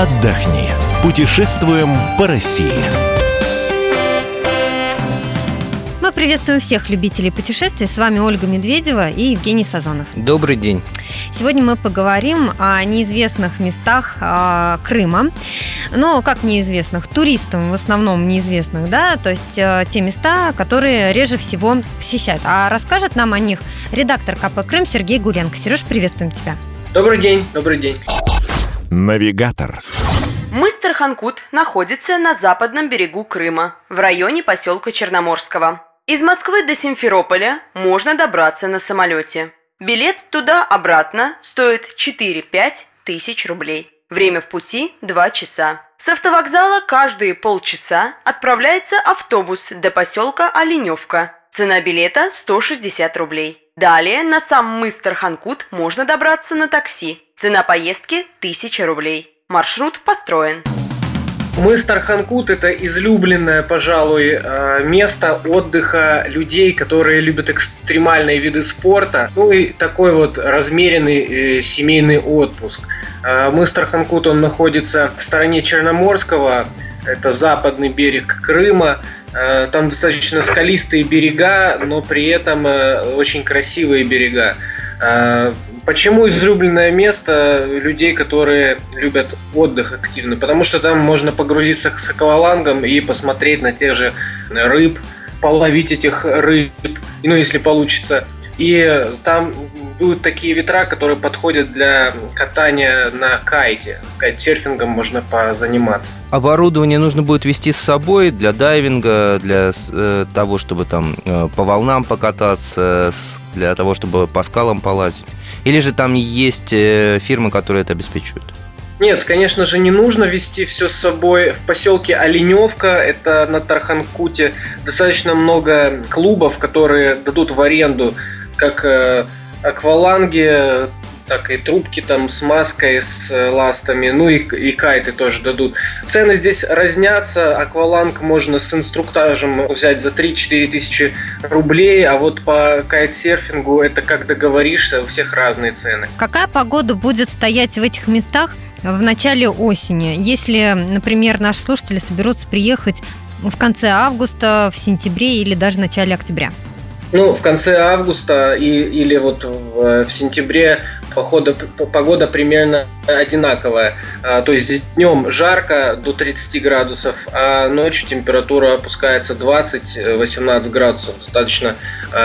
отдохни. Путешествуем по России. Мы приветствуем всех любителей путешествий. С вами Ольга Медведева и Евгений Сазонов. Добрый день. Сегодня мы поговорим о неизвестных местах Крыма. Но как неизвестных? Туристам в основном неизвестных, да? То есть те места, которые реже всего посещают. А расскажет нам о них редактор КП «Крым» Сергей Гуленко. Сереж, приветствуем тебя. Добрый день, добрый день. Навигатор. Мыс Тарханкут находится на западном берегу Крыма, в районе поселка Черноморского. Из Москвы до Симферополя можно добраться на самолете. Билет туда-обратно стоит 4-5 тысяч рублей. Время в пути 2 часа. С автовокзала каждые полчаса отправляется автобус до поселка Оленевка. Цена билета 160 рублей. Далее на сам мыс Тарханкут можно добраться на такси. Цена поездки 1000 рублей. Маршрут построен. Мыс Тарханкут – это излюбленное, пожалуй, место отдыха людей, которые любят экстремальные виды спорта, ну и такой вот размеренный семейный отпуск. Мыс Тарханкут, он находится в стороне Черноморского, это западный берег Крыма. Там достаточно скалистые берега, но при этом очень красивые берега. Почему излюбленное место людей, которые любят отдых активно? Потому что там можно погрузиться с аквалангом и посмотреть на тех же рыб, половить этих рыб, ну если получится. И там будут такие ветра, которые подходят для катания на кайте. Кайтсерфингом можно позаниматься. Оборудование нужно будет везти с собой для дайвинга, для того, чтобы там по волнам покататься, для того, чтобы по скалам полазить. Или же там есть фирмы, которые это обеспечивают? Нет, конечно же, не нужно везти все с собой. В поселке Оленевка, это на Тарханкуте, достаточно много клубов, которые дадут в аренду как акваланги, так и трубки там с маской, с ластами, ну и кайты тоже дадут. Цены здесь разнятся. Акваланг можно с инструктажем взять за 3-4 тысячи рублей, а вот по кайтсерфингу это как договоришься, у всех разные цены. Какая погода будет стоять в этих местах в начале осени, если, например, наши слушатели соберутся приехать в конце августа, в сентябре или даже в начале октября? Ну, в конце августа или вот в сентябре погода примерно одинаковая. То есть днем жарко до 30 градусов, а ночью температура опускается 20-18 градусов. Достаточно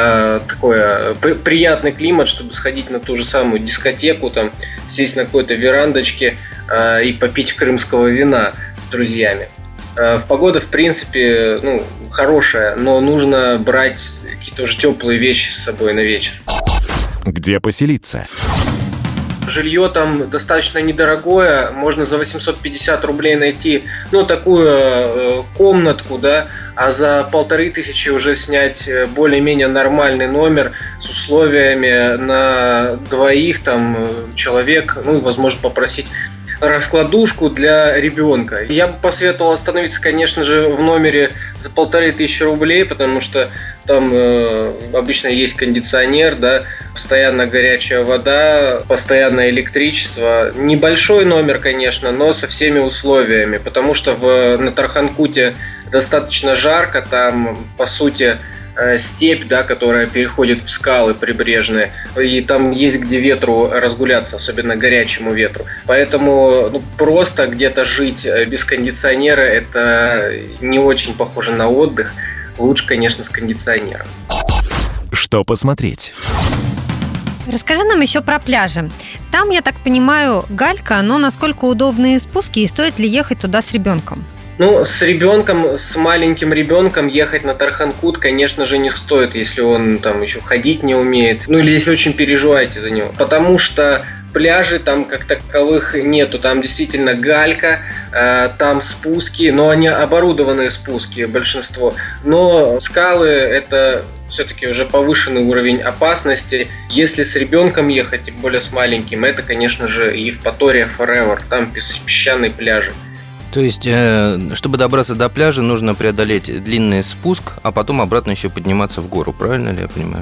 такой приятный климат, чтобы сходить на ту же самую дискотеку, там, сесть на какой-то верандочке и попить крымского вина с друзьями. Погода, в принципе, хорошая, но нужно брать какие-то уже теплые вещи с собой на вечер. Где поселиться? Жилье там достаточно недорогое, можно за 850 рублей найти, такую комнатку, да, а за 1500 уже снять более-менее нормальный номер с условиями на двоих там человек, и, возможно, попросить раскладушку для ребенка. Я бы посоветовал остановиться, конечно же, в номере за 1500 рублей, потому что там обычно есть кондиционер, да, постоянно горячая вода, постоянное электричество. Небольшой номер, конечно, но со всеми условиями, потому что на Тарханкуте достаточно жарко, там, по сути, степь, да, которая переходит в скалы прибрежные, и там есть где ветру разгуляться, особенно горячему ветру. Поэтому просто где-то жить без кондиционера — это не очень похоже на отдых. Лучше, конечно, с кондиционером. Что посмотреть? Расскажи нам еще про пляжи. Там, я так понимаю, галька, но насколько удобные спуски и стоит ли ехать туда с ребенком? С ребенком, с маленьким ребенком ехать на Тарханкут, конечно же, не стоит, если он там еще ходить не умеет, или если очень переживаете за него, потому что пляжей там как таковых нету, там действительно галька, там спуски, но они оборудованные спуски, большинство, но скалы — это все-таки уже повышенный уровень опасности. Если с ребенком ехать, тем более с маленьким, это, конечно же, Евпатория Forever, там песчаные пляжи. То есть, чтобы добраться до пляжа, нужно преодолеть длинный спуск, а потом обратно еще подниматься в гору, правильно ли я понимаю?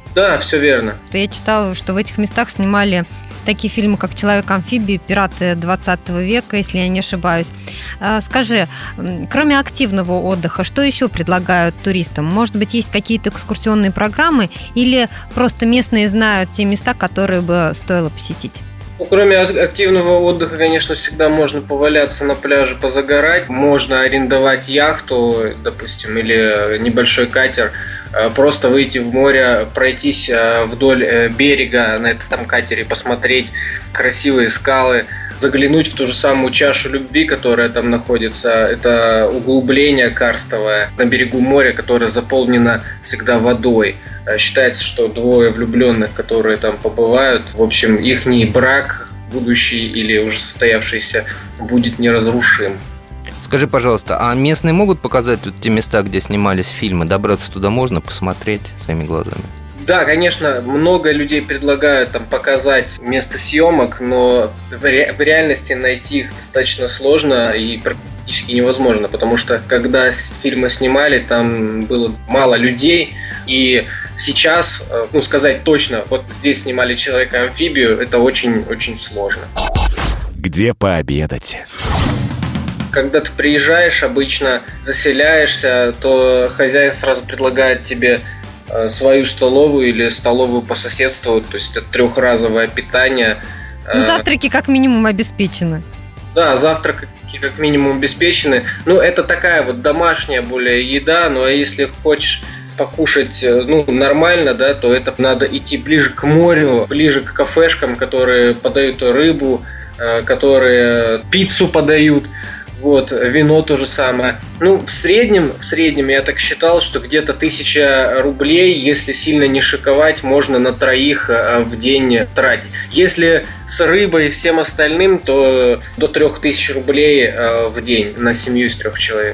Да, все верно. Я читала, что в этих местах снимали такие фильмы, как «Человек-амфибия», «Пираты 20 века», если я не ошибаюсь. Скажи, кроме активного отдыха, что еще предлагают туристам? Может быть, есть какие-то экскурсионные программы или просто местные знают те места, которые бы стоило посетить? Кроме активного отдыха, конечно, всегда можно поваляться на пляже, позагорать. Можно арендовать яхту, допустим, или небольшой катер, просто выйти в море, пройтись вдоль берега на этом катере, посмотреть красивые скалы, заглянуть в ту же самую чашу любви, которая там находится. Это углубление карстовое на берегу моря, которое заполнено всегда водой. Считается, что двое влюбленных, которые там побывают, в общем, ихний брак, будущий или уже состоявшийся, будет неразрушим. Скажи, пожалуйста, а местные могут показать те места, где снимались фильмы? Добраться туда можно, посмотреть своими глазами? Да, конечно, много людей предлагают там показать место съемок, но в реальности найти их достаточно сложно и практически невозможно, потому что когда фильмы снимали, там было мало людей, и сейчас, сказать точно, вот здесь снимали «Человека-амфибию», это очень-очень сложно. Где пообедать? Когда ты приезжаешь, обычно заселяешься, то хозяин сразу предлагает тебе свою столовую или столовую по соседству, то есть это трехразовое питание. Завтраки как минимум обеспечены. Да, завтраки как минимум обеспечены. Это такая вот домашняя более еда, но если хочешь покушать нормально, да, то это надо идти ближе к морю, ближе к кафешкам, которые подают рыбу, которые пиццу подают. Вино то же самое. В среднем я так считал, что где-то 1000 рублей, если сильно не шиковать, можно на троих в день тратить. Если с рыбой и всем остальным, то до 3000 рублей в день на семью из 3 человек.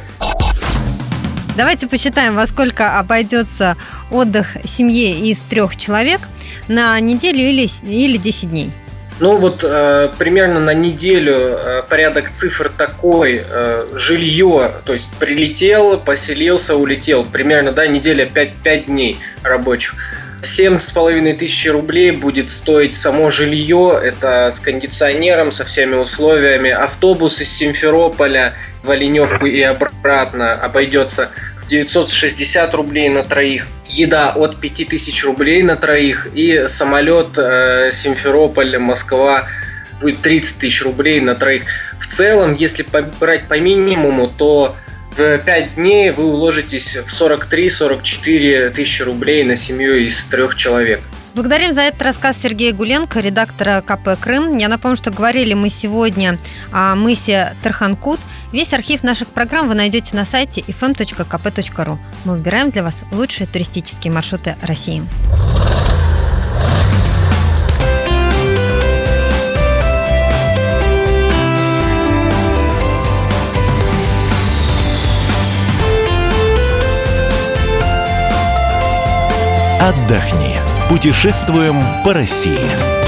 Давайте посчитаем, во сколько обойдется отдых семье из 3 человек на неделю или 10 дней. Примерно на неделю порядок цифр такой. Жилье, то есть прилетел, поселился, улетел. Примерно, неделя 5 дней рабочих. 7500 рублей будет стоить само жилье. Это с кондиционером, со всеми условиями. Автобус из Симферополя в Оленевку и обратно обойдется в 960 рублей на троих. Еда от 5000 рублей на троих. И самолет Симферополь-Москва будет 30 000 рублей на троих. В целом, если брать по минимуму, то в 5 дней вы уложитесь в 43-44 тысячи рублей на семью из 3 человек. Благодарим за этот рассказ Сергея Гуленко, редактора КП «Крым». Я напомню, что говорили мы сегодня о мысе Тархан-Кут. Весь архив наших программ вы найдете на сайте fm.kp.ru. Мы выбираем для вас лучшие туристические маршруты России. Отдохни. Путешествуем по России.